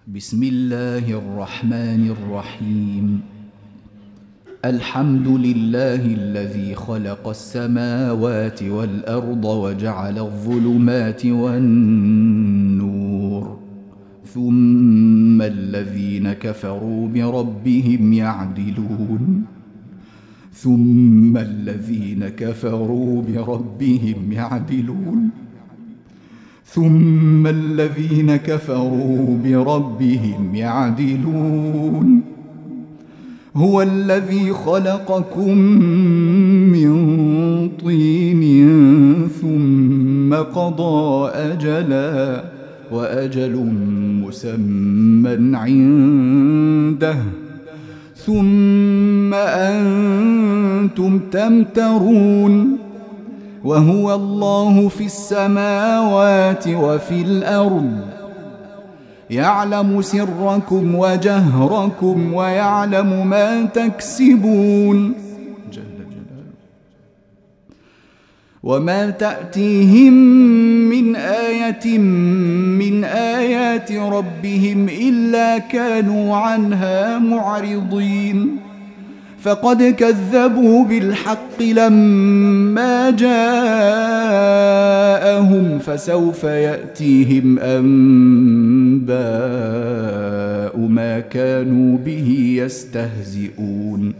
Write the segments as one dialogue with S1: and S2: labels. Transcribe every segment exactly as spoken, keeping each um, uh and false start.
S1: بسم الله الرحمن الرحيم. الحمد لله الذي خلق السماوات والأرض وجعل الظلمات والنور، ثم الذين كفروا بربهم يعدلون ثم الذين كفروا بربهم يعدلون ثم الذين كفروا بربهم يعدلون هو الذي خلقكم من طين ثم قضى أجلا وأجل مسمى عنده ثم أنتم تمترون. وهو الله في السماوات وفي الأرض، يعلم سركم وجهركم ويعلم ما تكسبون جل جلاله. وما تأتيهم من آية من آيات ربهم إلا كانوا عنها معرضين. فقد كذبوا بالحق لما جاءهم، فسوف يأتيهم أنباء ما كانوا به يستهزئون.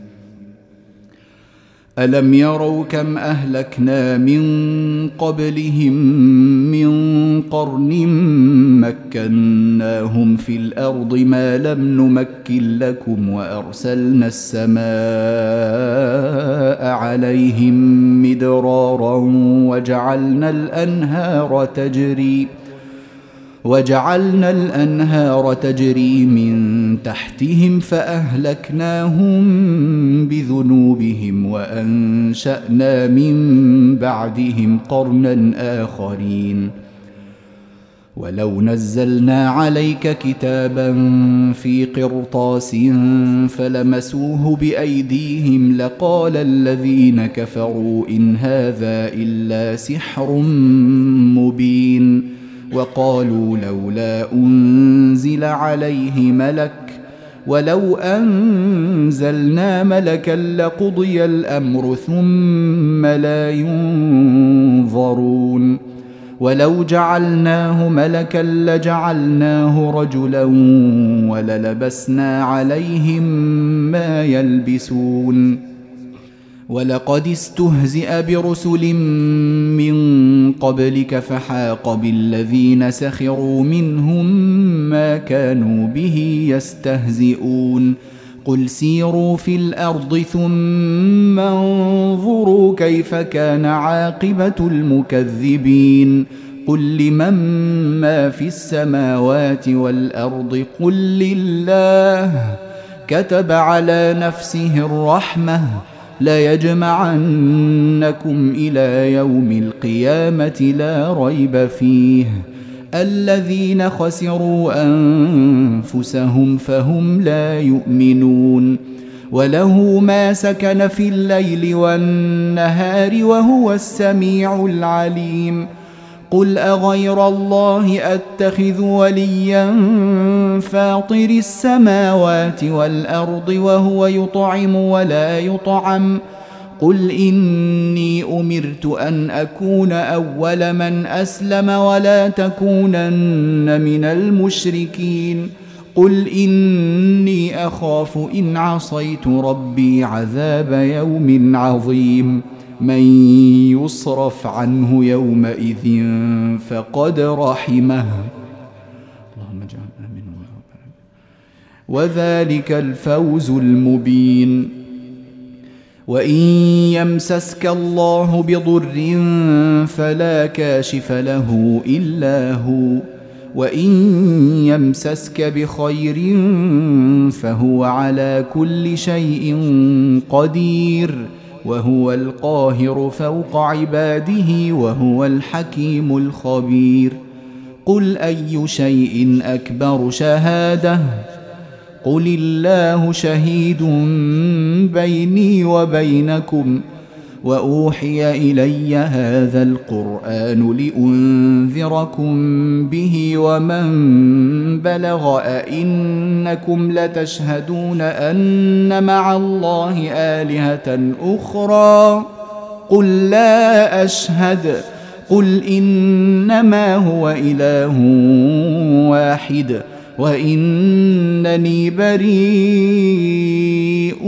S1: ألم يروا كم أهلكنا من قبلهم من قرن مكناهم في الأرض ما لم نمكن لكم، وأرسلنا السماء عليهم مدرارا وجعلنا الأنهار تجري وجعلنا الأنهار تجري من تحتهم فأهلكناهم بذنوبهم وأنشأنا من بعدهم قرنا آخرين. ولو نزلنا عليك كتابا في قرطاس فلمسوه بأيديهم لقال الذين كفروا إن هذا إلا سحر مبين. وقالوا لولا أنزل عليه ملك ولو أنزلنا ملكا لقضي الأمر ثم لا ينظرون. ولو جعلناه ملكا لجعلناه رجلا وللبسنا عليهم ما يلبسون. ولقد استهزئ برسل من قبلك فحاق بالذين سخروا منهم ما كانوا به يستهزئون. قل سيروا في الأرض ثم انظروا كيف كان عاقبة المكذبين. قل لمن ما في السماوات والأرض قل لله كتب على نفسه الرحمة ليجمعنكم إلى يوم القيامة لا ريب فيه. الذين خسروا أنفسهم فهم لا يؤمنون. وله ما سكن في الليل والنهار وهو السميع العليم. قل أغير الله أتخذ وليا فاطر السماوات والأرض وهو يطعم ولا يطعم. قل إني أمرت أن أكون أول من أسلم ولا تكونن من المشركين. قل إني أخاف إن عصيت ربي عذاب يوم عظيم. من يصرف عنه يومئذ فقد رحمه. اللهم اجعلنا منهم يا رب العالمين. وذلك الفوز المبين. وإن يمسسك الله بضر فلا كاشف له إلا هو، وإن يمسسك بخير فهو على كل شيء قدير، وهو القاهر فوق عباده وهو الحكيم الخبير. قل أي شيء أكبر شهادة؟ قل الله شهيد بيني وبينكم وأوحي إلي هذا القرآن لأنذركم به ومن بلغ أئنكم لتشهدون أن مع الله آلهة أخرى قل لا أشهد قل إنما هو إله واحد وإنني بريء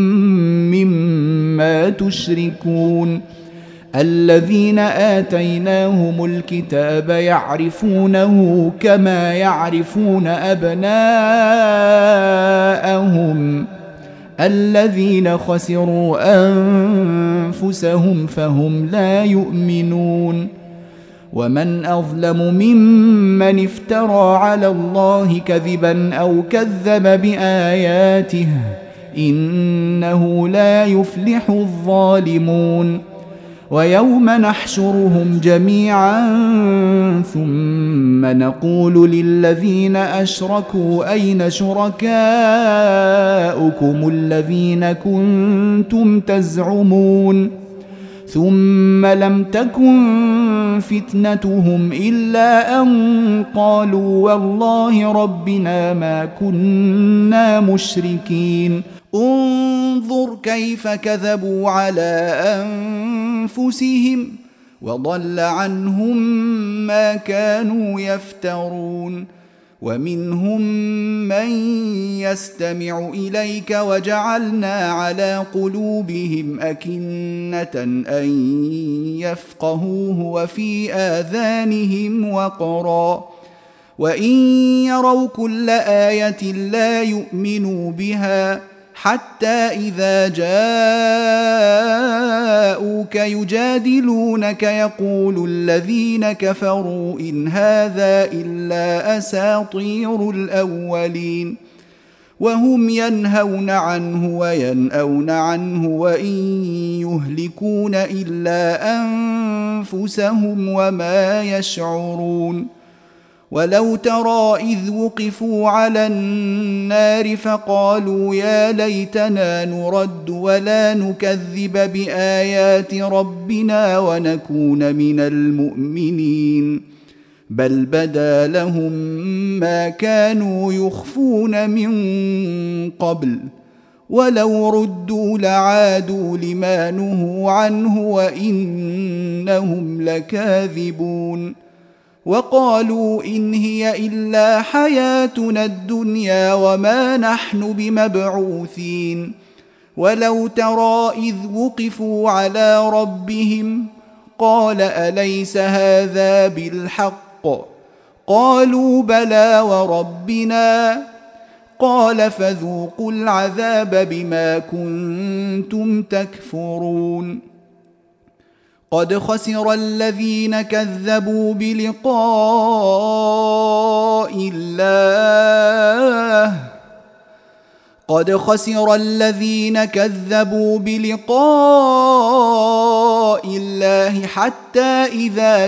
S1: مما تشركون الذين آتيناهم الكتاب يعرفونه كما يعرفون أبناءهم الذين خسروا أنفسهم فهم لا يؤمنون ومن أظلم ممن افترى على الله كذبا أو كذب بآياته إنه لا يفلح الظالمون ويوم نحشرهم جميعا ثم نقول للذين أشركوا أين شركاؤكم الذين كنتم تزعمون ثم لم تكن فتنتهم إلا أن قالوا والله ربنا ما كنا مشركين انظر كيف كذبوا على أنفسهم وضل عنهم ما كانوا يفترون ومنهم من يستمع إليك وجعلنا على قلوبهم أكنة أن يفقهوه وفي آذانهم وقرا وإن يروا كل آية لا يؤمنوا بها حتى إذا جاءوك يجادلونك يقول الذين كفروا إن هذا إلا أساطير الأولين وهم ينهون عنه وينأون عنه وإن يهلكون إلا أنفسهم وما يشعرون ولو ترى إذ وقفوا على النار فقالوا يا ليتنا نرد ولا نكذب بآيات ربنا ونكون من المؤمنين بل بدا لهم ما كانوا يخفون من قبل ولو ردوا لعادوا لما نهوا عنه وإنهم لكاذبون وقالوا إن هي إلا حياتنا الدنيا وما نحن بمبعوثين ولو ترى إذ وقفوا على ربهم قال أليس هذا بالحق قالوا بلى وربنا قال فذوقوا العذاب بما كنتم تكفرون قد خسر الذين كذبوا بلقاء الله قد خسر الذين كذبوا بلقاء الله حتى إذا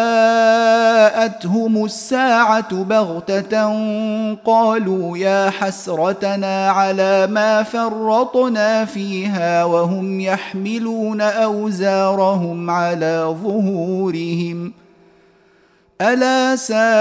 S1: جاءتهم الساعة بغتة قالوا يا حسرتنا على ما فرطنا فيها وهم يحملون أوزارهم على ظهورهم ألا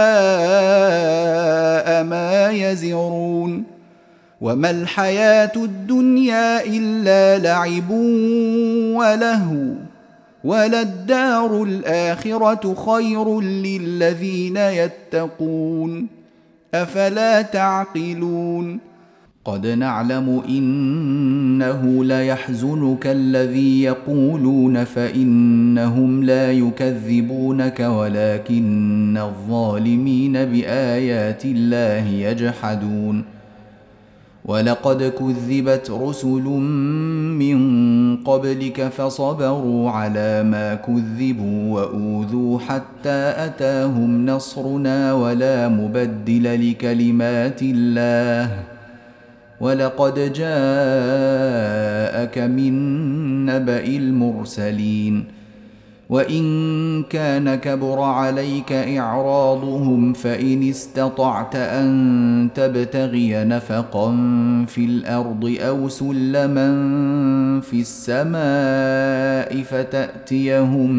S1: ساء ما يزرون وما الحياة الدنيا إلا لعب ولهو وللدار الآخرة خير للذين يتقون أفلا تعقلون قد نعلم إنه ليحزنك الذي يقولون فإنهم لا يكذبونك ولكن الظالمين بآيات الله يجحدون ولقد كذبت رسل من قبلك فصبروا على ما كذبوا وأوذوا حتى أتاهم نصرنا ولا مبدل لكلمات الله ولقد جاءك من نبأ المرسلين وإن كان كبر عليك إعراضهم فإن استطعت أن تبتغي نفقا في الأرض أو سلما في السماء فتأتيهم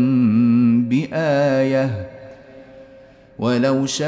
S1: بآية ولو شاء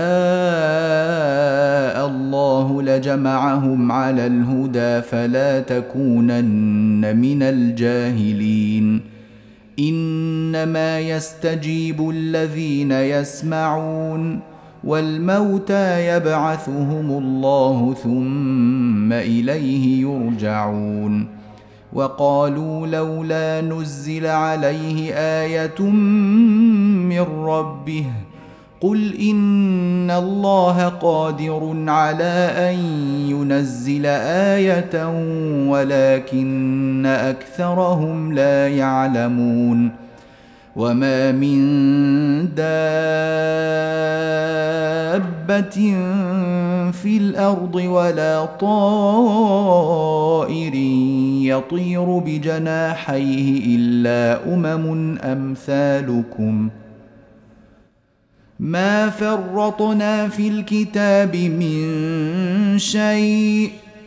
S1: الله لجمعهم على الهدى فلا تكونن من الجاهلين إنما يستجيب الذين يسمعون والموتى يبعثهم الله ثم إليه يرجعون وقالوا لولا نزل عليه آية من ربه قل إن الله قادر على أن ينزل آية ولكن أكثرهم لا يعلمون وما من دابة في الأرض ولا طائر يطير بجناحيه إلا أمم أمثالكم ما فرطنا في الكتاب من شيء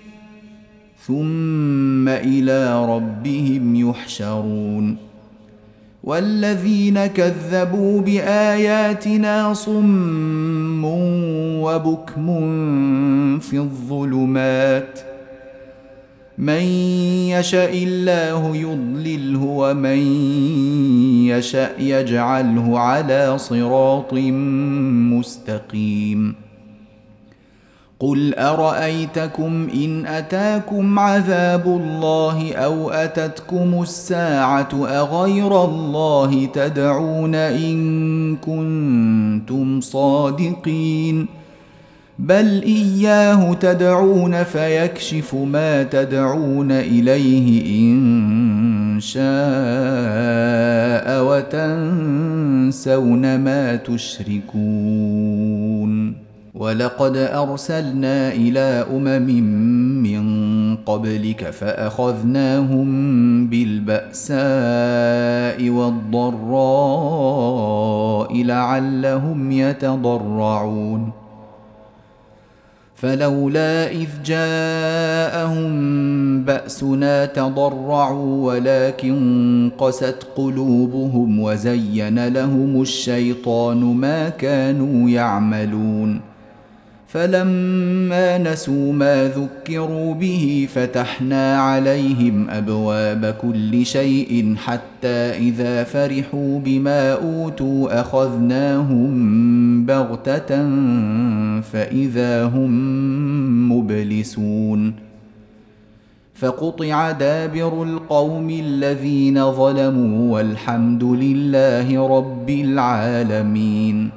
S1: ثم إلى ربهم يحشرون والذين كذبوا بآياتنا صم وبكم في الظلمات من يشاء الله يضلله ومن يشاء يجعله على صراط مستقيم قل أرأيتكم إن أتاكم عذاب الله أو أتتكم الساعة أغير الله تدعون إن كنتم صادقين بل إياه تدعون فيكشف ما تدعون إليه إن شاء وتنسون ما تشركون ولقد أرسلنا إلى أمم من قبلك فأخذناهم بالبأساء والضراء لعلهم يتضرعون فلولا إذ جاءهم بأسنا تضرعوا ولكن قست قلوبهم وزين لهم الشيطان ما كانوا يعملون فلما نسوا ما ذكروا به فتحنا عليهم أبواب كل شيء حتى إذا فرحوا بما أوتوا أخذناهم بغتة فإذا هم مبلسون فقطع دابر القوم الذين ظلموا والحمد لله رب العالمين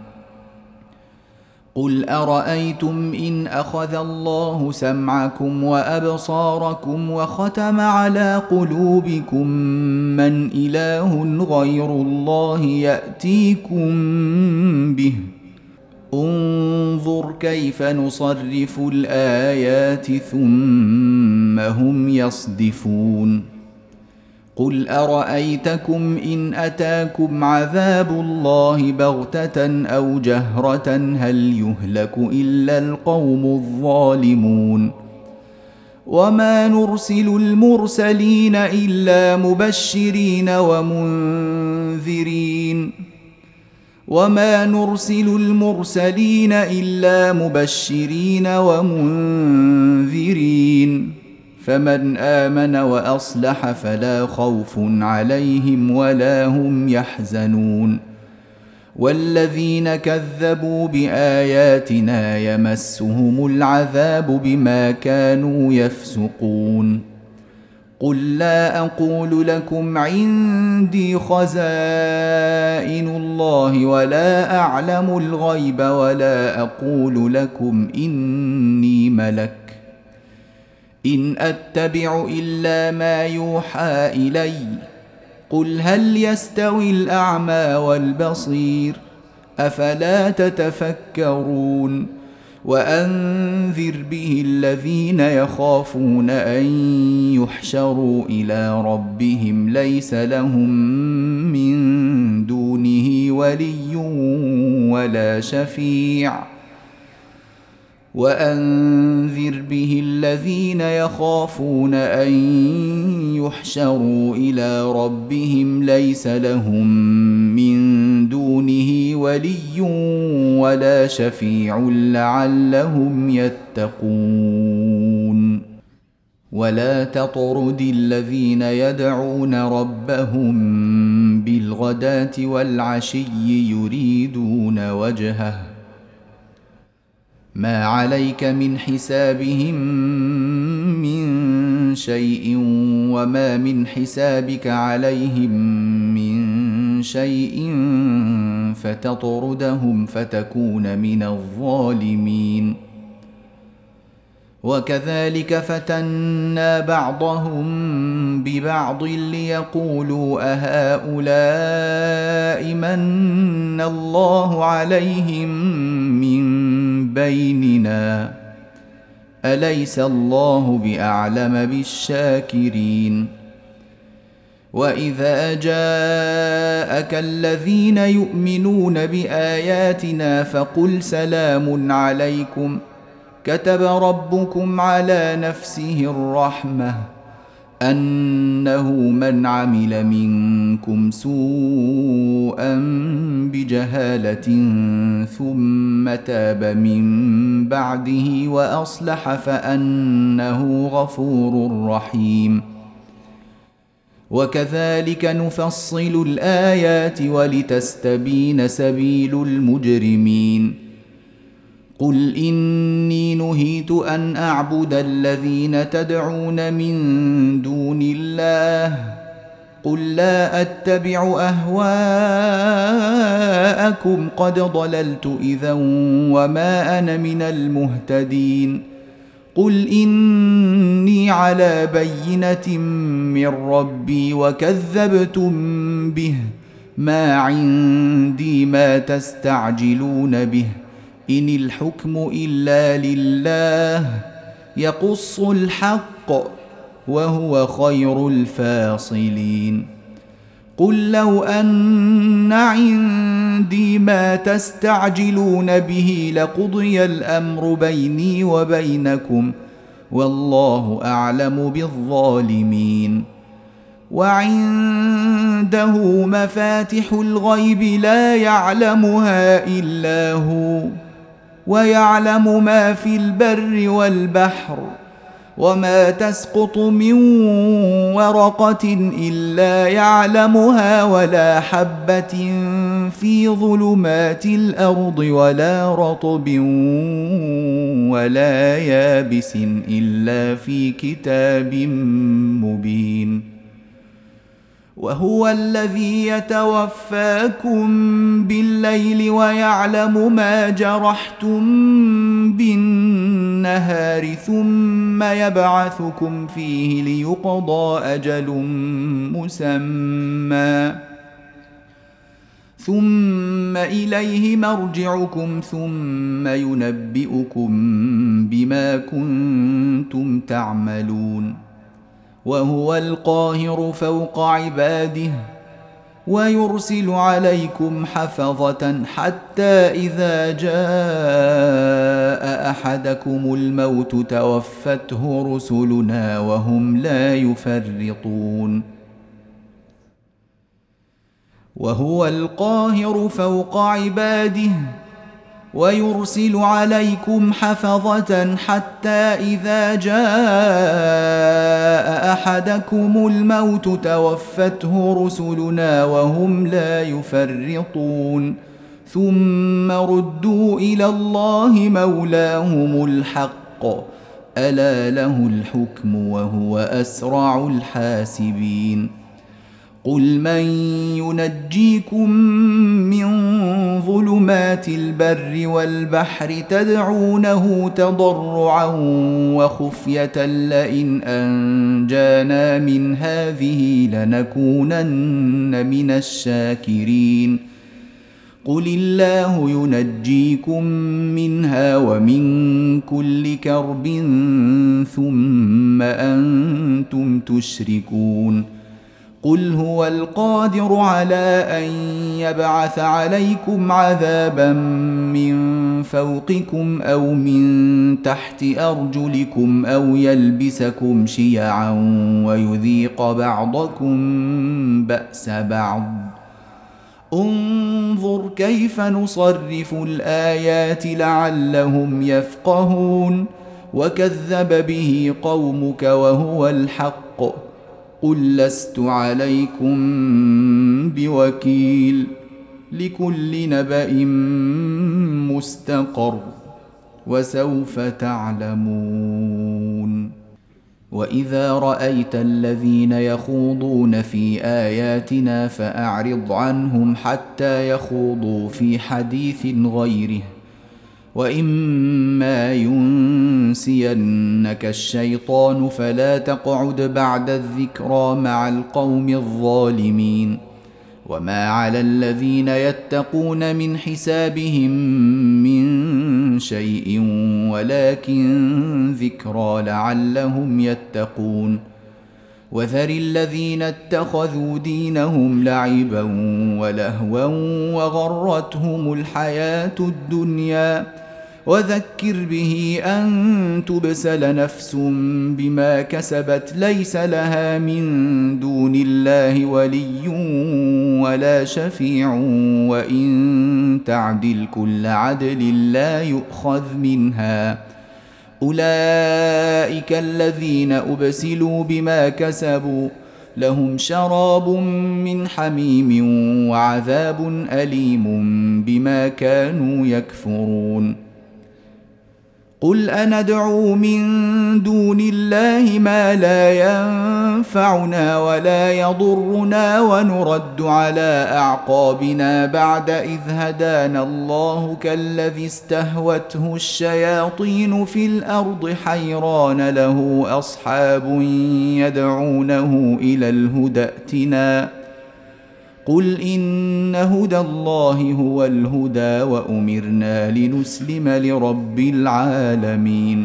S1: قل أرأيتم إن أخذ الله سمعكم وأبصاركم وختم على قلوبكم من إله غير الله يأتيكم به انظر كيف نصرف الآيات ثم هم يصدفون قل أرأيتكم إن أتاكم عذاب الله بغتة أو جهرة هل يهلك إلا القوم الظالمون وما نرسل المرسلين إلا مبشرين ومنذرين وما نرسل المرسلين إلا مبشرين ومنذرين فمن آمن وأصلح فلا خوف عليهم ولا هم يحزنون والذين كذبوا بآياتنا يمسهم العذاب بما كانوا يفسقون قل لا أقول لكم عندي خزائن الله ولا أعلم الغيب ولا أقول لكم إني ملك إن أتبع إلا ما يوحى إلي قل هل يستوي الأعمى والبصير أفلا تتفكرون وأنذر به الذين يخافون أن يحشروا إلى ربهم ليس لهم من دونه ولي ولا شفيع وأنذر به الذين يخافون أن يحشروا إلى ربهم ليس لهم من دونه ولي ولا شفيع لعلهم يتقون ولا تطرد الذين يدعون ربهم بالغداة والعشي يريدون وجهه ما عليك من حسابهم من شيء وما من حسابك عليهم من شيء فتطردهم فتكون من الظالمين وكذلك فتنا بعضهم ببعض ليقولوا أهؤلاء من الله عليهم من بيننا أليس الله بأعلم بالشاكرين وإذا جاءك الذين يؤمنون بآياتنا فقل سلام عليكم كتب ربكم على نفسه الرحمة أنه من عمل منكم سوءا بجهالة ثم تاب من بعده وأصلح فأنه غفور رحيم وكذلك نفصل الآيات ولتستبين سبيل المجرمين قل إني نهيت أن أعبد الذين تدعون من دون الله قل لا أتبع أهواءكم قد ضللت إذا وما أنا من المهتدين قل إني على بينة من ربي وكذبتم به ما عندي ما تستعجلون به إن الحكم إلا لله يقص الحق وهو خير الفاصلين قل لو أن عندي ما تستعجلون به لقضي الأمر بيني وبينكم والله أعلم بالظالمين وعنده مفاتح الغيب لا يعلمها إلا هو ويعلم ما في البر والبحر وما تسقط من ورقة إلا يعلمها ولا حبة في ظلمات الأرض ولا رطب ولا يابس إلا في كتاب مبين وهو الذي يتوفاكم بالليل ويعلم ما جرحتم بالنهار ثم يبعثكم فيه ليقضى أجل مسمى ثم إليه مرجعكم ثم ينبئكم بما كنتم تعملون وهو القاهر فوق عباده ويرسل عليكم حفظة حتى إذا جاء أحدكم الموت توفته رسلنا وهم لا يفرطون وهو القاهر فوق عباده ويرسل عليكم حفظة حتى إذا جاء أحدكم الموت توفته رسلنا وهم لا يفرطون ثم ردوا إلى الله مولاهم الحق ألا له الحكم وهو أسرع الحاسبين قل من ينجيكم من ظلمات البر والبحر تدعونه تضرعا وخفية لئن أنجانا من هذه لنكونن من الشاكرين قل الله ينجيكم منها ومن كل كرب ثم أنتم تشركون قل هو القادر على أن يبعث عليكم عذابا من فوقكم أو من تحت أرجلكم أو يلبسكم شيعا ويذيق بعضكم بأس بعض انظر كيف نصرف الآيات لعلهم يفقهون وكذب به قومك وهو الحق قل لست عليكم بوكيل لكل نبأ مستقر وسوف تعلمون وإذا رأيت الذين يخوضون في آياتنا فأعرض عنهم حتى يخوضوا في حديث غيره وإما ينسينك الشيطان فلا تقعد بعد الذكرى مع القوم الظالمين وما على الذين يتقون من حسابهم من شيء ولكن ذكرى لعلهم يتقون وذر الذين اتخذوا دينهم لعبا ولهوا وغرتهم الحياة الدنيا وذكر به أن تبسل نفس بما كسبت ليس لها من دون الله ولي ولا شفيع وإن تعدل كل عدل لا يؤخذ منها أولئك الذين أبسلوا بما كسبوا لهم شراب من حميم وعذاب أليم بما كانوا يكفرون قل أندعو من دون الله ما لا ينفعنا ولا يضرنا ونرد على أعقابنا بعد إذ هدانا الله كالذي استهوته الشياطين في الأرض حيران له أصحاب يدعونه إلى الهدى ائتنا قل إن هدى الله هو الهدى وأمرنا لنسلم لرب العالمين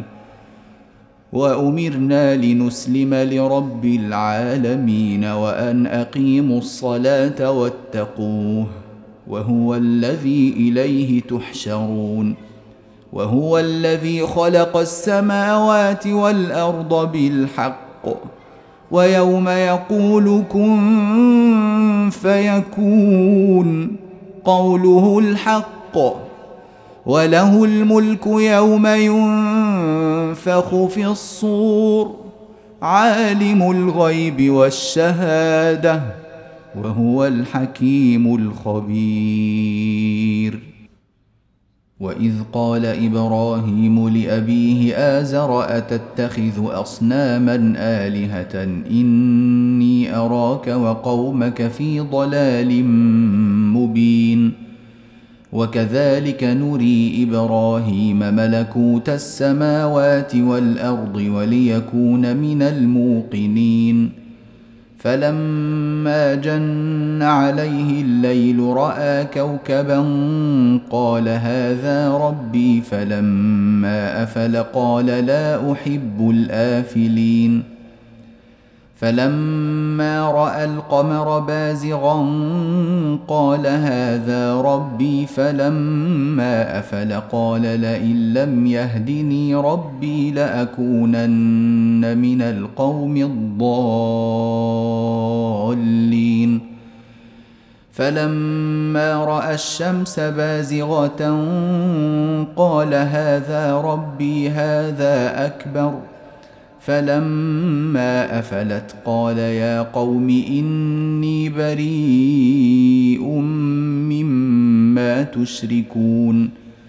S1: وأمرنا لنسلم لرب العالمين وأن أقيموا الصلاة واتقوه وهو الذي إليه تحشرون وهو الذي خلق السماوات والأرض بالحق ويوم يقول كن فيكون قوله الحق وله الملك يوم ينفخ في الصور عالم الغيب والشهادة وهو الحكيم الخبير وإذ قال إبراهيم لأبيه آزر أتتخذ أصناما آلهة إني أراك وقومك في ضلال مبين وكذلك نري إبراهيم ملكوت السماوات والأرض وليكون من الموقنين فلما جن عليه الليل رأى كوكبا قال هذا ربي فلما أفل قال لا أحب الآفلين فلما رأى القمر بازغا قال هذا ربي فلما أفل قال لئن لم يهدني ربي لأكونن من القوم الضالين فلما رأى الشمس بازغة قال هذا ربي هذا أكبر فلما أفلت قال يا قوم إني بريء مما تشركون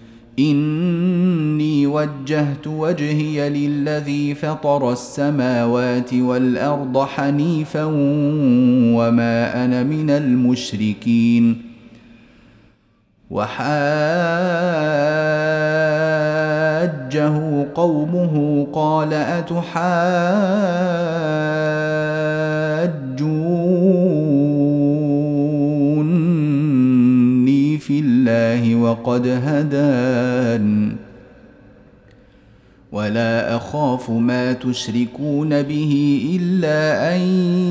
S1: إني وجهت وجهي للذي فطر السماوات والأرض حنيفا وما أنا من المشركين وحاجه قومه قال أتحاجوني في الله وقد هدان ولا أخاف ما تشركون به إلا أن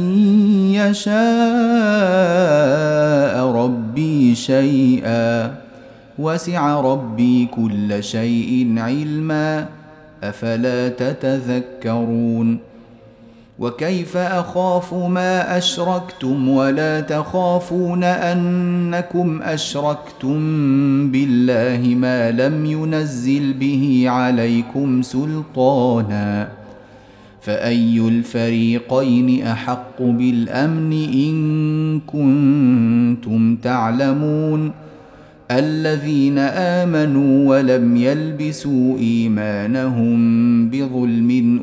S1: يشاء ربي شيئا وسع ربي كل شيء علما أفلا تتذكرون وكيف أخاف ما أشركتم ولا تخافون أنكم أشركتم بالله ما لم ينزل به عليكم سلطانا فأي الفريقين أحق بالأمن إن كنتم تعلمون الذين آمنوا ولم يلبسوا إيمانهم بظلم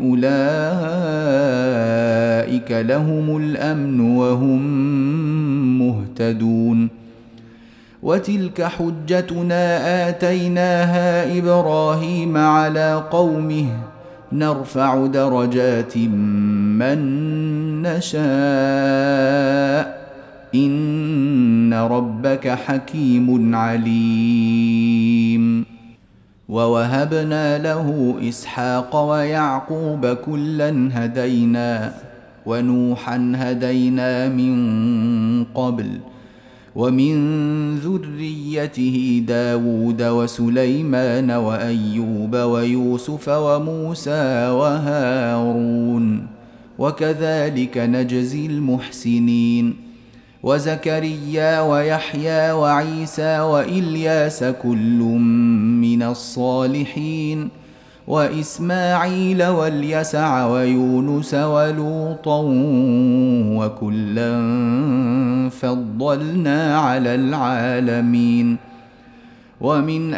S1: أولئك لهم الأمن وهم مهتدون وتلك حجتنا آتيناها إبراهيم على قومه نرفع درجات من نشاء إن ربك حكيم عليم ووهبنا له إسحاق ويعقوب كلا هدينا ونوحا هدينا من قبل ومن ذريته داود وسليمان وأيوب ويوسف وموسى وهارون وكذلك نجزي المحسنين وزكريا ويحيى وعيسى وإلياس كل من الصالحين وإسماعيل واليسع ويونس ولوطا وكلا فضلنا على العالمين ومن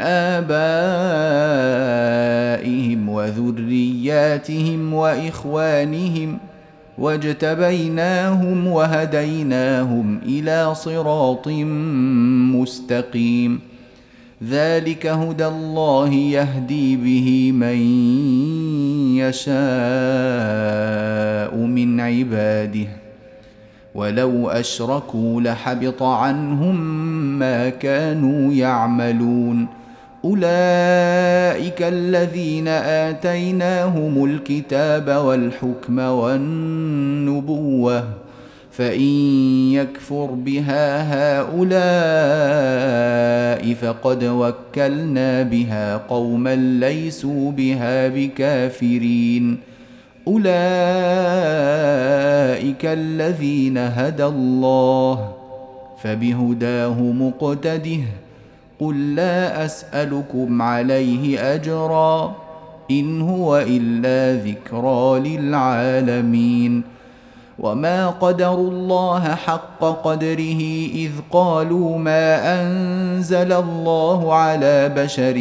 S1: آبائهم وذرياتهم وإخوانهم واجتبيناهم وهديناهم إلى صراط مستقيم ذلك هدى الله يهدي به من يشاء من عباده ولو أشركوا لحبط عنهم ما كانوا يعملون أولئك الذين آتيناهم الكتاب والحكم والنبوة فإن يكفر بها هؤلاء فقد وكلنا بها قوما ليسوا بها بكافرين أولئك الذين هدى الله فبهداه مقتده قل لا أسألكم عليه أجرا إن هو إلا ذكرى للعالمين وما قدروا الله حق قدره إذ قالوا ما أنزل الله على بشر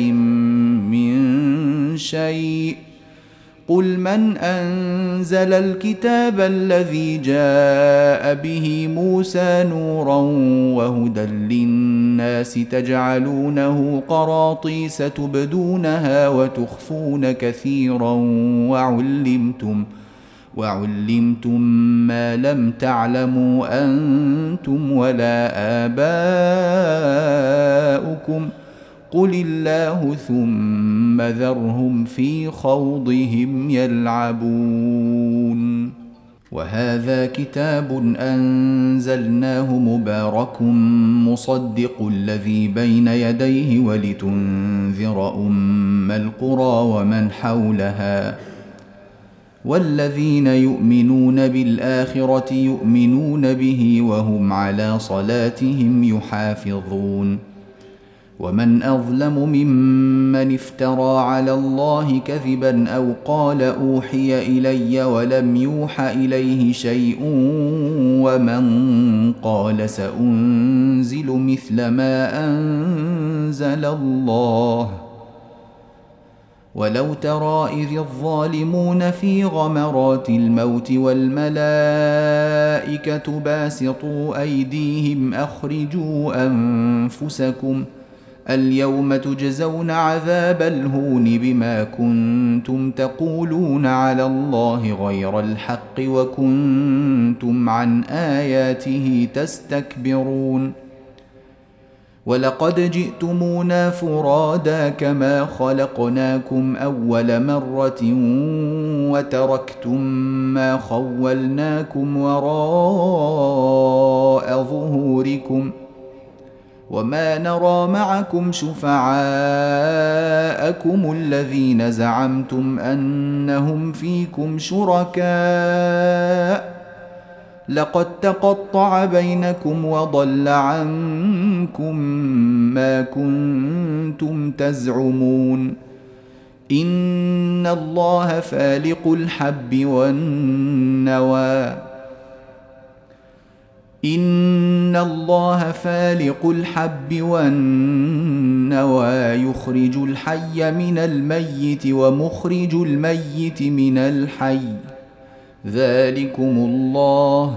S1: من شيء قل من أنزل الكتاب الذي جاء به موسى نورا وهدى للناس تجعلونه قراطيس تبدونها وتخفون كثيرا وعلمتم وعلمتم ما لم تعلموا أنتم ولا آباؤكم قل الله ثم ذرهم في خوضهم يلعبون وهذا كتاب أنزلناه مبارك مصدق الذي بين يديه ولتنذر أم القرى ومن حولها والذين يؤمنون بالآخرة يؤمنون به وهم على صلاتهم يحافظون ومن أظلم ممن افترى على الله كذبا أو قال أوحي إلي ولم يوح إليه شيء ومن قال سأنزل مثل ما أنزل الله ولو ترى إذ الظالمون في غمرات الموت والملائكة باسطوا أيديهم أخرجوا أنفسكم اليوم تجزون عذاب الهون بما كنتم تقولون على الله غير الحق وكنتم عن آياته تستكبرون ولقد جئتمونا فرادا كما خلقناكم أول مرة وتركتم ما خولناكم وراء ظهوركم وما نرى معكم شفعاءكم الذين زعمتم أنهم فيكم شركاء لقد تقطع بينكم وضل عنكم ما كنتم تزعمون إن الله فالق الحب والنوى إن الله فالق الحب والنوى يخرج الحي من الميت ومخرج الميت من الحي ذلكم الله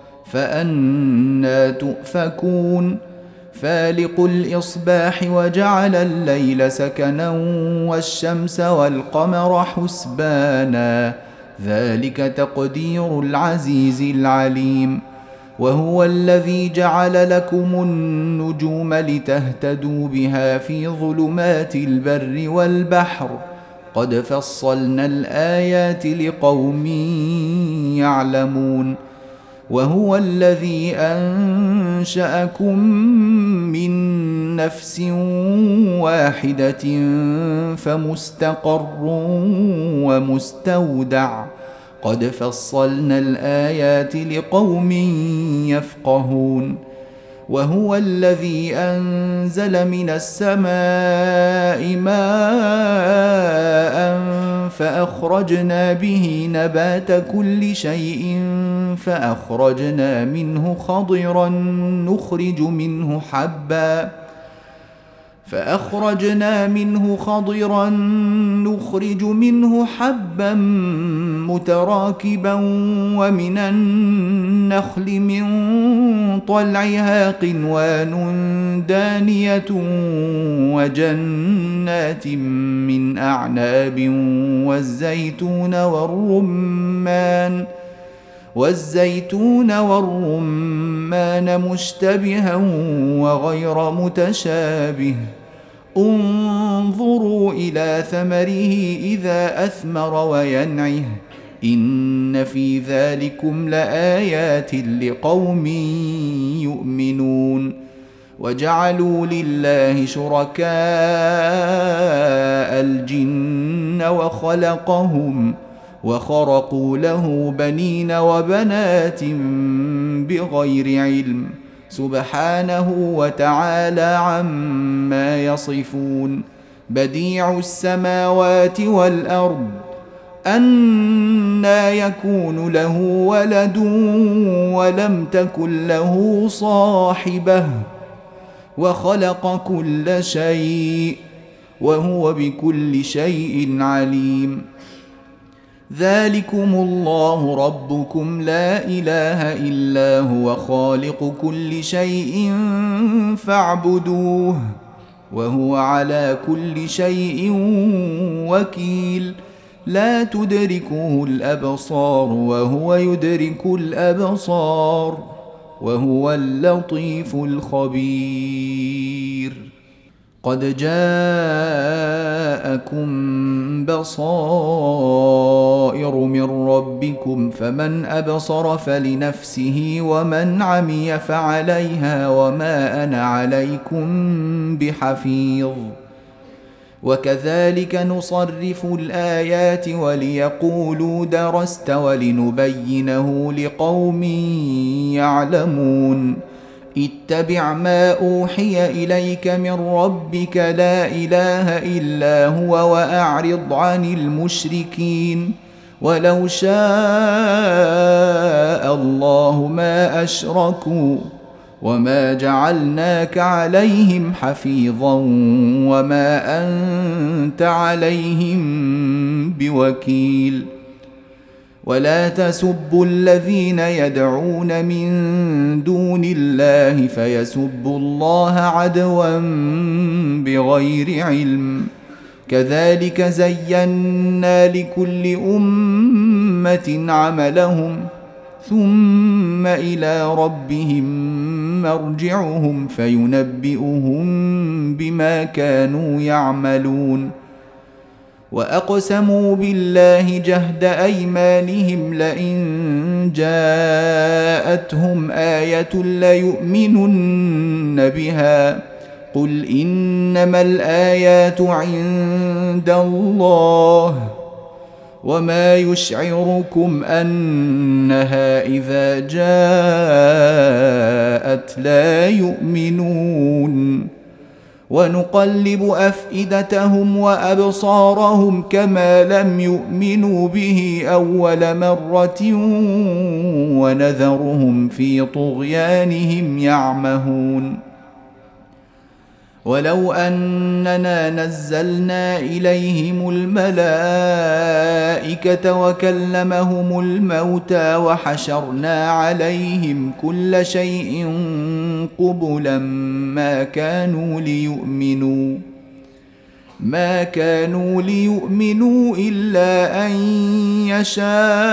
S1: فأنى تؤفكون فالق الإصباح وجعل الليل سكنا والشمس والقمر حسبانا ذلك تقدير العزيز العليم وهو الذي جعل لكم النجوم لتهتدوا بها في ظلمات البر والبحر قد فصلنا الآيات لقوم يعلمون وهو الذي أنشأكم من نفس واحدة فمستقر ومستودع قد فصلنا الآيات لقوم يفقهون وهو الذي أنزل من السماء ماء فأخرجنا به نبات كل شيء فأخرجنا منه خضرا نخرج منه حبا فأخرجنا منه خضرا نخرج منه حبا متراكبا ومن النخل من طلعها قنوان دانية وجنات من أعناب والزيتون والرمان والزيتون والرمان مشتبها وغير متشابه انظروا إلى ثمره إذا أثمر وينعه إن في ذلكم لآيات لقوم يؤمنون وجعلوا لله شركاء الجن وخلقهم وخرقوا له بنين وبنات بغير علم سبحانه وتعالى عما يصفون بديع السماوات والأرض أنى يكون له ولد ولم تكن له صاحبة وخلق كل شيء وهو بكل شيء عليم ذلكم الله ربكم لا إله إلا هو خالق كل شيء فاعبدوه وهو على كل شيء وكيل لا تدركه الأبصار وهو يدرك الأبصار وهو اللطيف الخبير قد جاءكم بصائر من ربكم فمن أبصر فلنفسه ومن عمي فعليها وما أنا عليكم بحفيظ وكذلك نصرف الآيات وليقولوا درست ولنبينه لقوم يعلمون اتبع ما أوحي إليك من ربك لا إله إلا هو وأعرض عن المشركين ولو شاء الله ما أشركوا وما جعلناك عليهم حفيظا وما أنت عليهم بوكيل ولا تسبوا الذين يدعون من دون الله فيسبوا الله عدوا بغير علم كذلك زينا لكل أمة عملهم ثم إلى ربهم مرجعهم فينبئهم بما كانوا يعملون. وأقسموا بالله جهد أيمانهم لئن جاءتهم آية ليؤمنن بها قل إنما الآيات عند الله وما يشعركم أنها إذا جاءت لا يؤمنون. ونقلب أفئدتهم وأبصارهم كما لم يؤمنوا به أول مرة ونذرهم في طغيانهم يعمهون. ولو أننا نزلنا إليهم الملائكة وكلمهم الموتى وحشرنا عليهم كل شيء قبلا ما كانوا ليؤمنوا ما كانوا ليؤمنوا إلا أن يشاء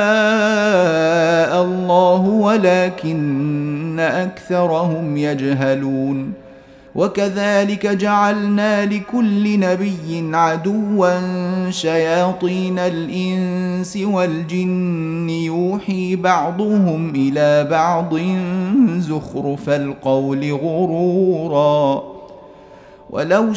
S1: الله ولكن أكثرهم يجهلون. وكذلك جعلنا لكل نبي عدوا شياطين الإنس والجن يوحي بعضهم إلى بعض زخرف القول غرورا ولو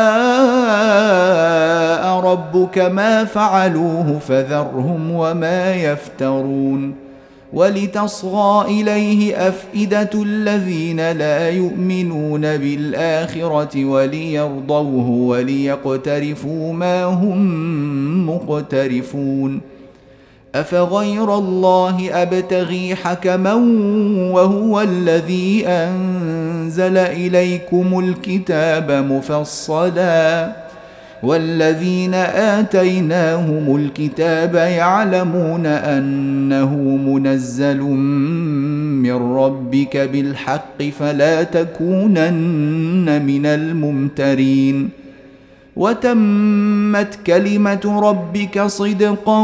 S1: شاء ربك ما فعلوه فذرهم وما يفترون. ولتصغى إليه أفئدة الذين لا يؤمنون بالآخرة وليرضوه وليقترفوا ما هم مقترفون. أفغير الله أبتغي حكما وهو الذي أنزل إليكم الكتاب مفصلا والذين آتيناهم الكتاب يعلمون أنه منزل من ربك بالحق فلا تكونن من الممترين. وتمت كلمة ربك صدقا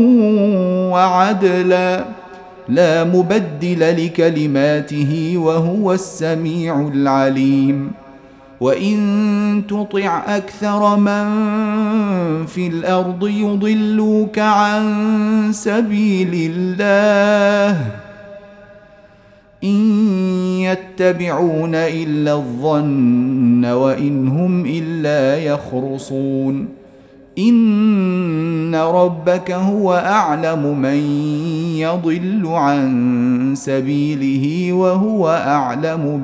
S1: وعدلا لا مبدل لكلماته وهو السميع العليم. وإن تطع أكثر من في الأرض يضلوك عن سبيل الله إن يتبعون إلا الظن وإن هم إلا يخرصون. إن ربك هو أعلم من يضل عن سبيله وهو أعلم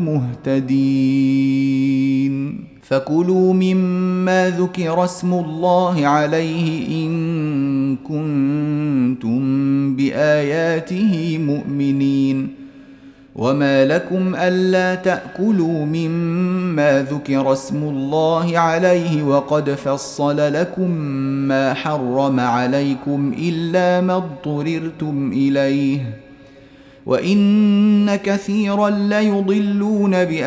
S1: بالمهتدين. فكلوا مما ذكر اسم الله عليه إن كنتم بآياته مؤمنين. وما لكم ألا تأكلوا مما ذكر اسم الله عليه وقد فصل لكم ما حرم عليكم إلا ما اضطررتم إليه وإن كثيرا ليضلون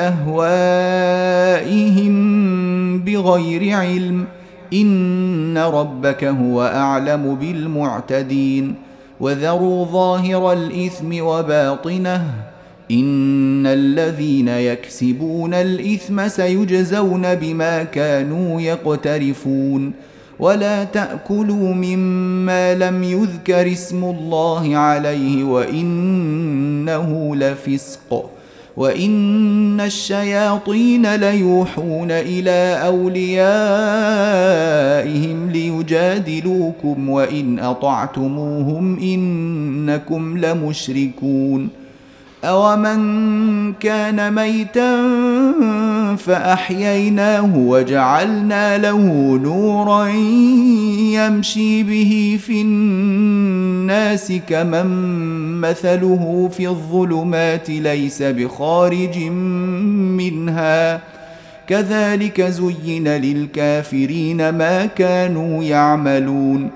S1: بأهوائهم بغير علم إن ربك هو أعلم بالمعتدين. وذروا ظاهر الإثم وباطنه إن الذين يكسبون الإثم سيجزون بما كانوا يقترفون. ولا تأكلوا مما لم يذكر اسم الله عليه وإنه لفسق وإن الشياطين ليوحون إلى أوليائهم ليجادلوكم وإن أطعتموهم إنكم لمشركون. أومن كان ميتا فأحييناه وجعلنا له نورا يمشي به في الناس كمن مثله في الظلمات ليس بخارج منها كذلك زين للكافرين ما كانوا يعملون.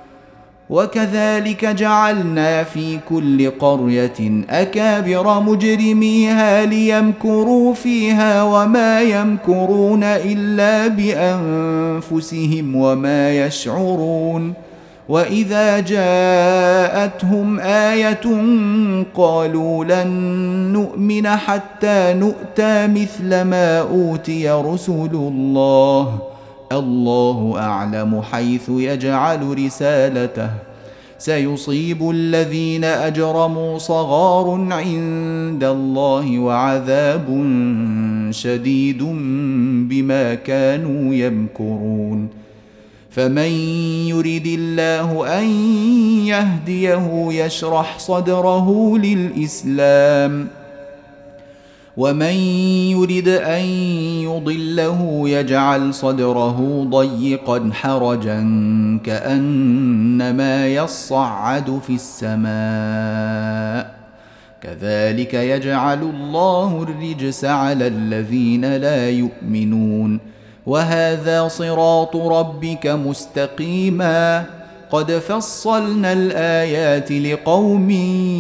S1: وكذلك جعلنا في كل قرية أكابر مجرميها ليمكروا فيها وما يمكرون إلا بأنفسهم وما يشعرون. وإذا جاءتهم آية قالوا لن نؤمن حتى نؤتى مثل ما أوتي رسل الله الله أعلم حيث يجعل رسالته سيصيب الذين أجرموا صغار عند الله وعذاب شديد بما كانوا يمكرون فمن يرد الله أن يهديه يشرح صدره للإسلام ومن يرد أن يضله يجعل صدره ضيقا حرجا كأنما يصعد في السماء كذلك يجعل الله الرجس على الذين لا يؤمنون وهذا صراط ربك مستقيما قد فصلنا الآيات لقوم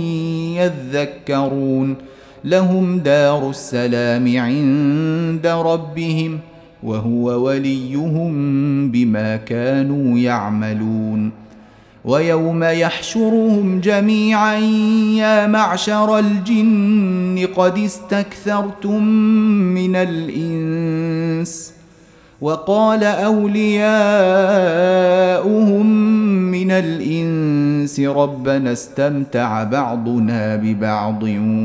S1: يذكرون لهم دار السلام عند ربهم وهو وليهم بما كانوا يعملون ويوم يحشرهم جميعا يا معشر الجن قد استكثرتم من الإنس وقال أولياؤهم من الإنس ربنا استمتع بعضنا ببعض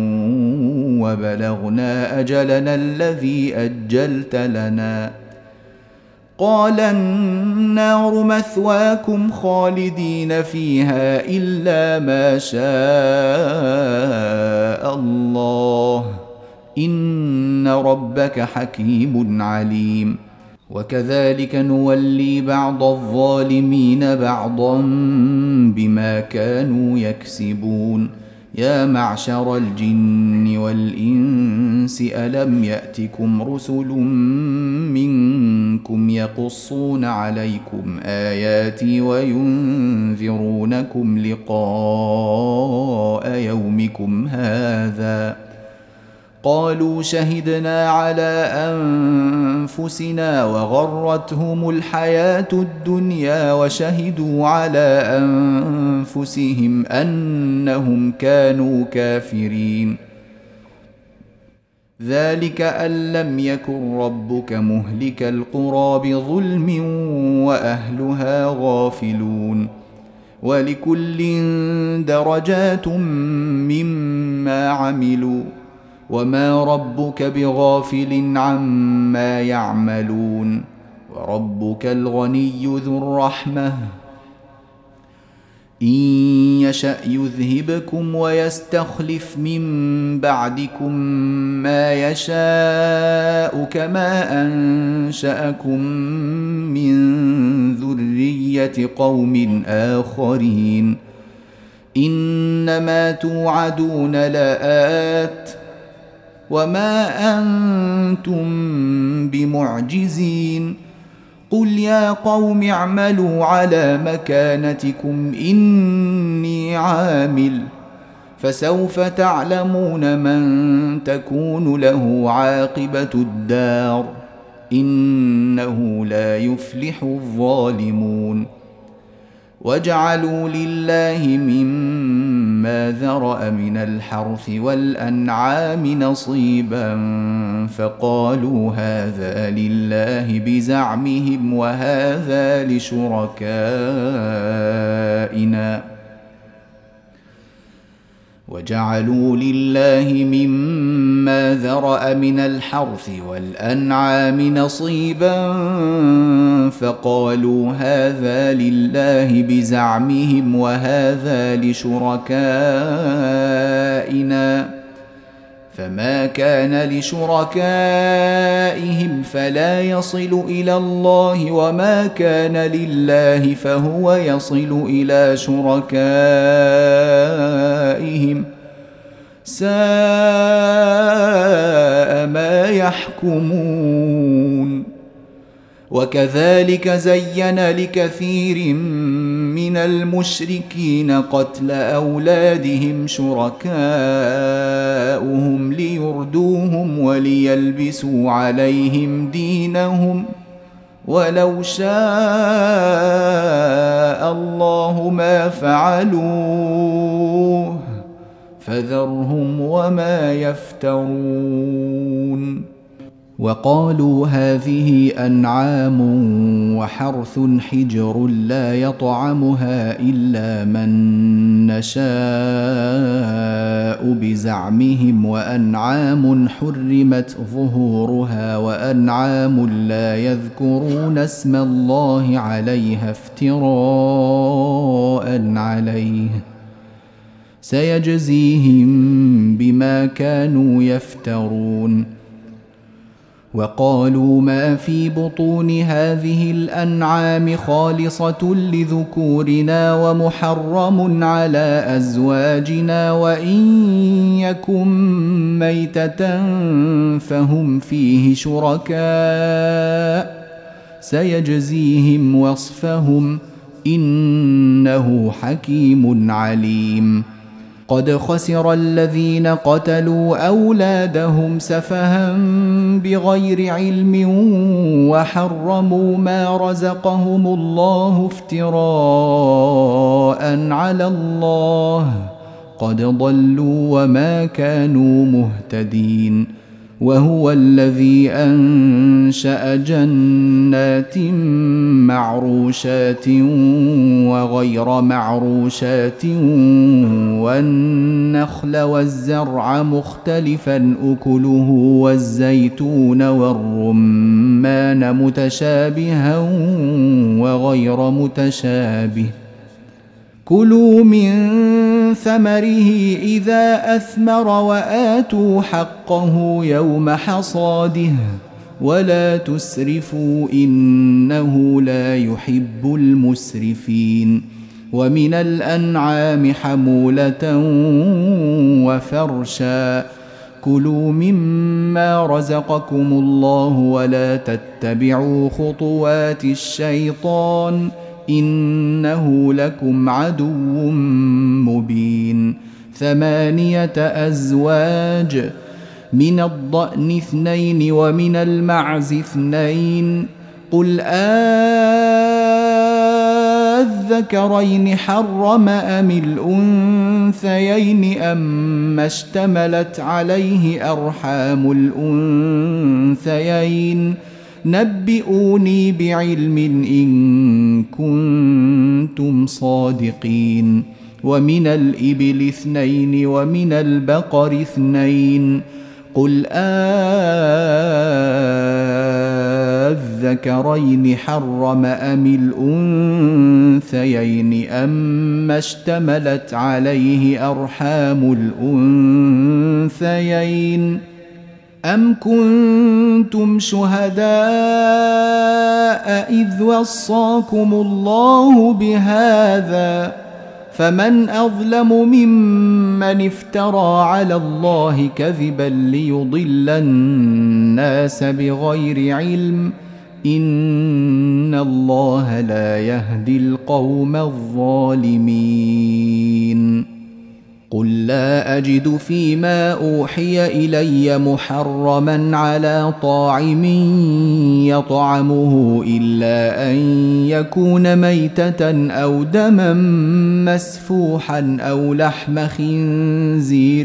S1: وبلغنا أجلنا الذي أجلت لنا قال النار مثواكم خالدين فيها إلا ما شاء الله إن ربك حكيم عليم وكذلك نولي بعض الظالمين بعضا بما كانوا يكسبون يا معشر الجن والإنس ألم يأتكم رسل منكم يقصون عليكم آياتي وينذرونكم لقاء يومكم هذا قالوا شهدنا على أنفسنا وغرتهم الحياة الدنيا وشهدوا على أنفسهم أنهم كانوا كافرين ذلك أن لم يكن ربك مهلك القرى بظلم وأهلها غافلون ولكل درجات مما عملوا وما ربك بغافل عما يعملون وربك الغني ذو الرحمة إن يشأ يذهبكم ويستخلف من بعدكم ما يشاء كما أنشأكم من ذرية قوم آخرين إنما توعدون لآت وما أنتم بمعجزين قل يا قوم اعملوا على مكانتكم إني عامل فسوف تعلمون من تكون له عاقبة الدار إنه لا يفلح الظالمون وجعلوا لله مما ذرأ من الحرث والأنعام نصيبا فقالوا هذا لله بزعمهم وهذا لشركائنا وجعلوا لله مما ذرأ من الحرث والأنعام نصيبا فقالوا هذا لله بزعمهم وهذا لشركائنا فما كان لشركائهم فلا يصل إلى الله وما كان لله فهو يصل إلى شركائهم ساء ما يحكمون وكذلك زين لكثير من المشركين قتل أولادهم شركاؤهم ليردوهم وليلبسوا عليهم دينهم ولو شاء الله ما فعلوه فذرهم وما يفترون. وقالوا هذه أنعام وحرث حجر لا يطعمها إلا من نشاء بزعمهم، وأنعام حرمت ظهورها، وأنعام لا يذكرون اسم الله عليها افتراء عليه سيجزيهم بما كانوا يفترون. وقالوا ما في بطون هذه الأنعام خالصة لذكورنا ومحرم على أزواجنا، وإن يكن ميتة فهم فيه شركاء سيجزيهم وصفهم إنه حكيم عليم. قد خسر الذين قتلوا أولادهم سفها بغير علم وحرموا ما رزقهم الله افتراء على الله قد ضلوا وما كانوا مهتدين. وهو الذي أنشأ جنات معروشات وغير معروشات والنخل والزرع مختلفا أكله والزيتون والرمان متشابها وغير متشابه. كلوا من ثمره إذا أثمر وآتوا حقه يوم حصاده ولا تسرفوا إنه لا يحب المسرفين. ومن الأنعام حمولة وفرشا كلوا مما رزقكم الله ولا تتبعوا خطوات الشيطان إنه لكم عدو مبين. ثمانية أزواج من الضأن اثنين ومن المعز اثنين قل أذكرين حرم أم الأنثيين أما اشتملت عليه أرحام الأنثيين نبئوني بعلم إن كنتم صادقين. ومن الإبل اثنين ومن البقر اثنين قل أذكرين حرم أم الأنثيين أما اشتملت عليه أرحام الأنثيين أم كنتم شهداء إذ وصاكم الله بهذا فمن أظلم ممن افترى على الله كذبا ليضل الناس بغير علم إن الله لا يهدي القوم الظالمين. قل لا أجد فيما أوحي إلي محرما على طاعم يطعمه إلا أن يكون ميتة أو دما مسفوحا أو لحم خنزير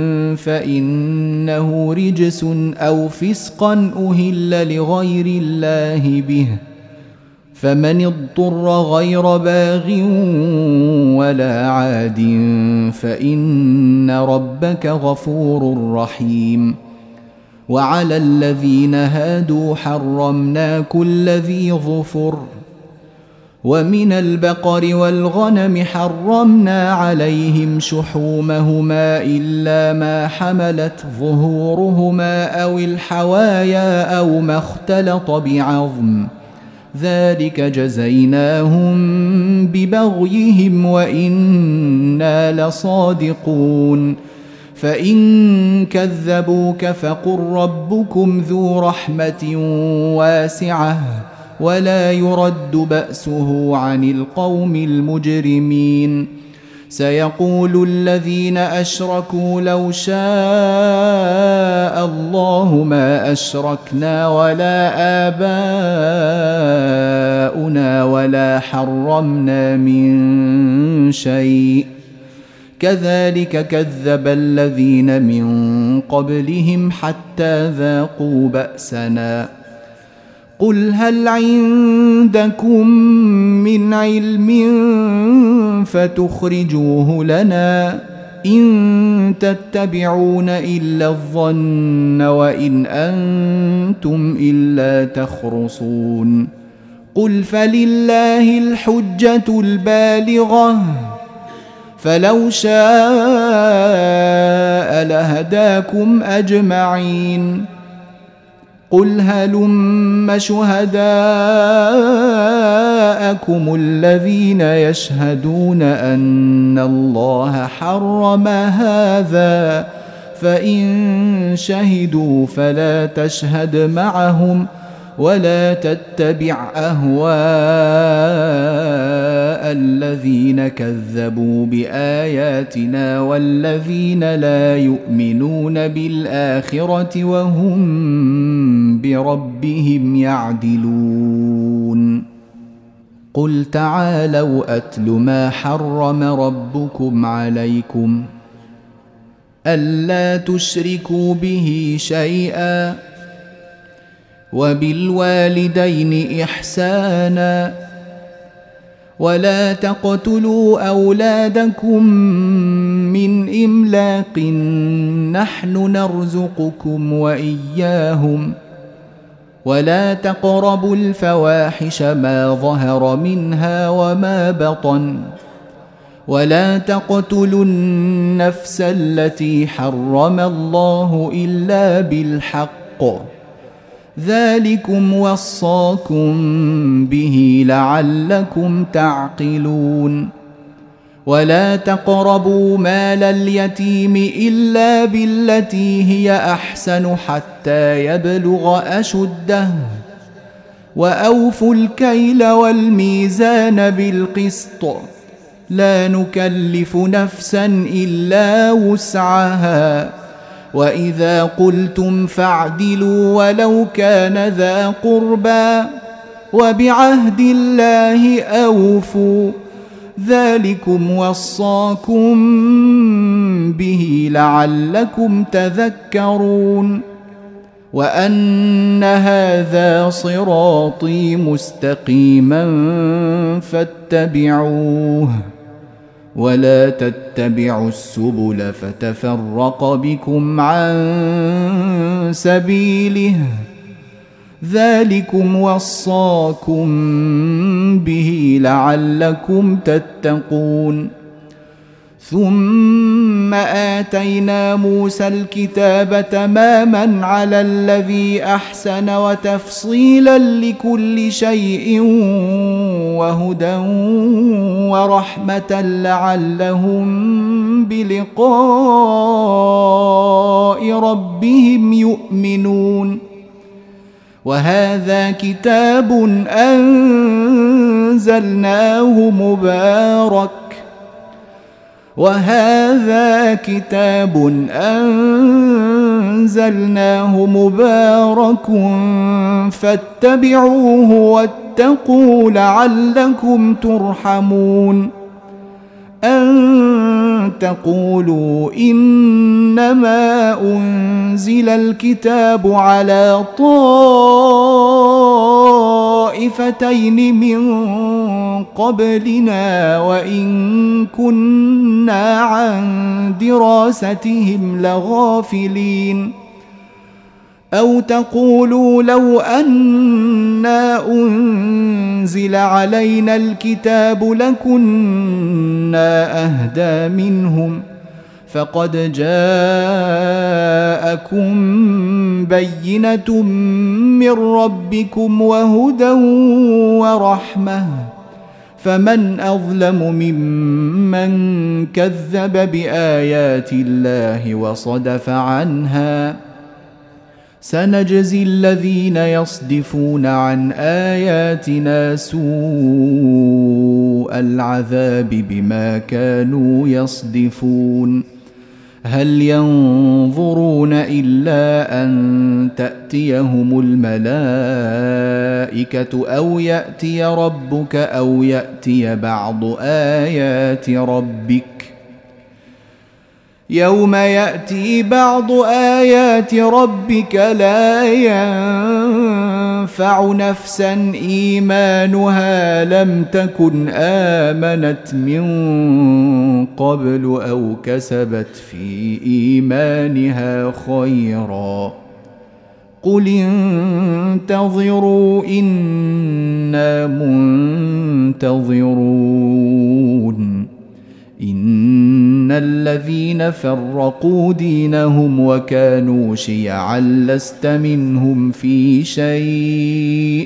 S1: فإنه رجس أو فسقا أهل لغير الله به فمن اضطر غير باغ ولا عاد فإن ربك غفور رحيم. وعلى الذين هادوا حرمنا كل ذي ظفر ومن البقر والغنم حرمنا عليهم شحومهما إلا ما حملت ظهورهما أو الحوايا أو ما اختلط بعظم ذلك جزيناهم ببغيهم وإنا لصادقون. فإن كذبوك فقل ربكم ذو رحمة واسعة ولا يرد بأسه عن القوم المجرمين. سيقول الذين أشركوا لو شاء الله ما أشركنا ولا آباؤنا ولا حرمنا من شيء كذلك كذب الذين من قبلهم حتى ذاقوا بأسنا قل هل عندكم من علم فتخرجوه لنا إن تتبعون إلا الظن وإن أنتم إلا تخرصون قل فلله الحجة البالغة فلو شاء لهداكم أجمعين قل هلم شهداءكم الذين يشهدون أن الله حرم هذا فإن شهدوا فلا تشهد معهم ولا تتبع أهواء الذين كذبوا بآياتنا والذين لا يؤمنون بالآخرة وهم بربهم يعدلون قل تعالوا أتل ما حرم ربكم عليكم ألا تشركوا به شيئا وبالوالدين إحسانا ولا تقتلوا أولادكم من إملاق نحن نرزقكم وإياهم ولا تقربوا الفواحش ما ظهر منها وما بطن ولا تقتلوا النفس التي حرم الله إلا بالحق ذلكم وصاكم به لعلكم تعقلون ولا تقربوا مال اليتيم إلا بالتي هي أحسن حتى يبلغ أشده وأوفوا الكيل والميزان بالقسط لا نكلف نفسا إلا وسعها وإذا قلتم فاعدلوا ولو كان ذا قربى وبعهد الله أوفوا ذلكم وصاكم به لعلكم تذكرون وأن هذا صراطي مستقيما فاتبعوه ولا تتبعوا السبل فتفرق بكم عن سبيله ذلكم وصاكم به لعلكم تتقون ثم آتينا موسى الكتاب تماما على الذي أحسن وتفصيلا لكل شيء وهدى ورحمة لعلهم بلقاء ربهم يؤمنون وهذا كتاب أنزلناه مبارك وهذا كتاب أنزلناه مبارك فاتبعوه واتقوا لعلكم ترحمون أن تقولوا إنما أنزل الكتاب على طائفتين من قبلنا وإن كنا عن دراستهم لغافلين أو تقولوا لو أنا أنزل علينا الكتاب لكنا أهدى منهم فقد جاءكم بينة من ربكم وهدى ورحمة فمن أظلم ممن كذب بآيات الله وصدف عنها سنجزي الذين يصدفون عن آياتنا سوء سوء العذاب بما كانوا يصدفون هل ينظرون إلا أن تأتيهم الملائكة أو يأتي ربك أو يأتي بعض آيات ربك يوم يأتي بعض آيات ربك لا ينفع نفسا إيمانها لم تكن آمنت من قبل أو كسبت في إيمانها خيرا قل انتظروا إنا منتظرون إن الذين فرقوا دينهم وكانوا شيعا لست منهم في شيء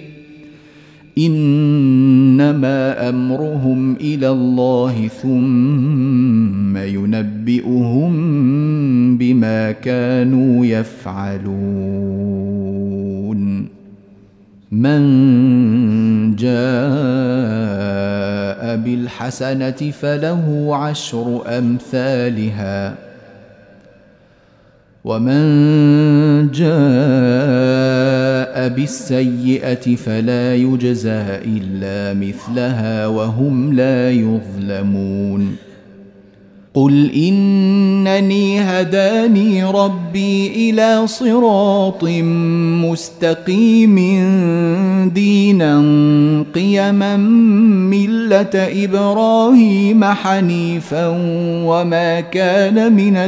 S1: إنما أمرهم إلى الله ثم ينبئهم بما كانوا يفعلون من جاء بالحسنة فله عشر أمثالها ومن جاء بالسيئة فلا يجزى إلا مثلها وهم لا يظلمون قل إنني هداني ربي إلى صراط مستقيم دينا قيما ملة إبراهيم حنيفا وما كان من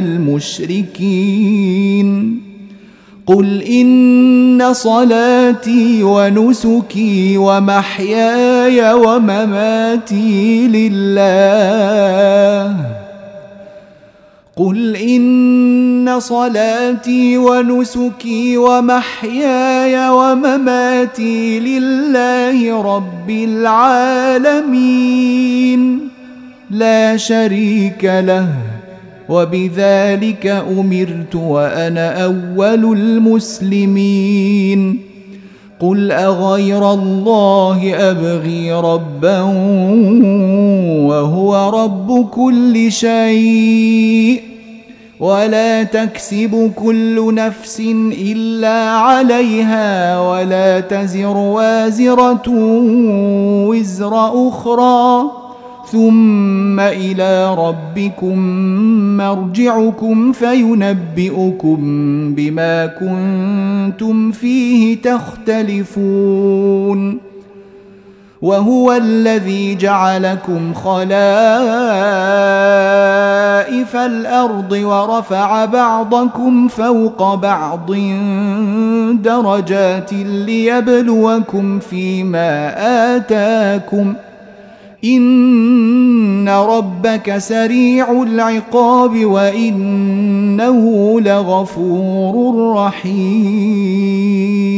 S1: المشركين قل إن صلاتي ونسكي ومحياي ومماتي لله قل إن صلاتي ونسكي ومحياي ومماتي لله رب العالمين لا شريك له وبذلك أمرت وأنا أول المسلمين قل أغير الله أبغي ربا وهو رب كل شيء ولا تكسب كل نفس إلا عليها ولا تزر وازرة وزر أخرى ثم إلى ربكم مرجعكم فينبئكم بما كنتم فيه تختلفون وهو الذي جعلكم خلائف الأرض ورفع بعضكم فوق بعض درجات ليبلوكم فيما آتاكم إن ربك سريع العقاب وإنه لغفور رحيم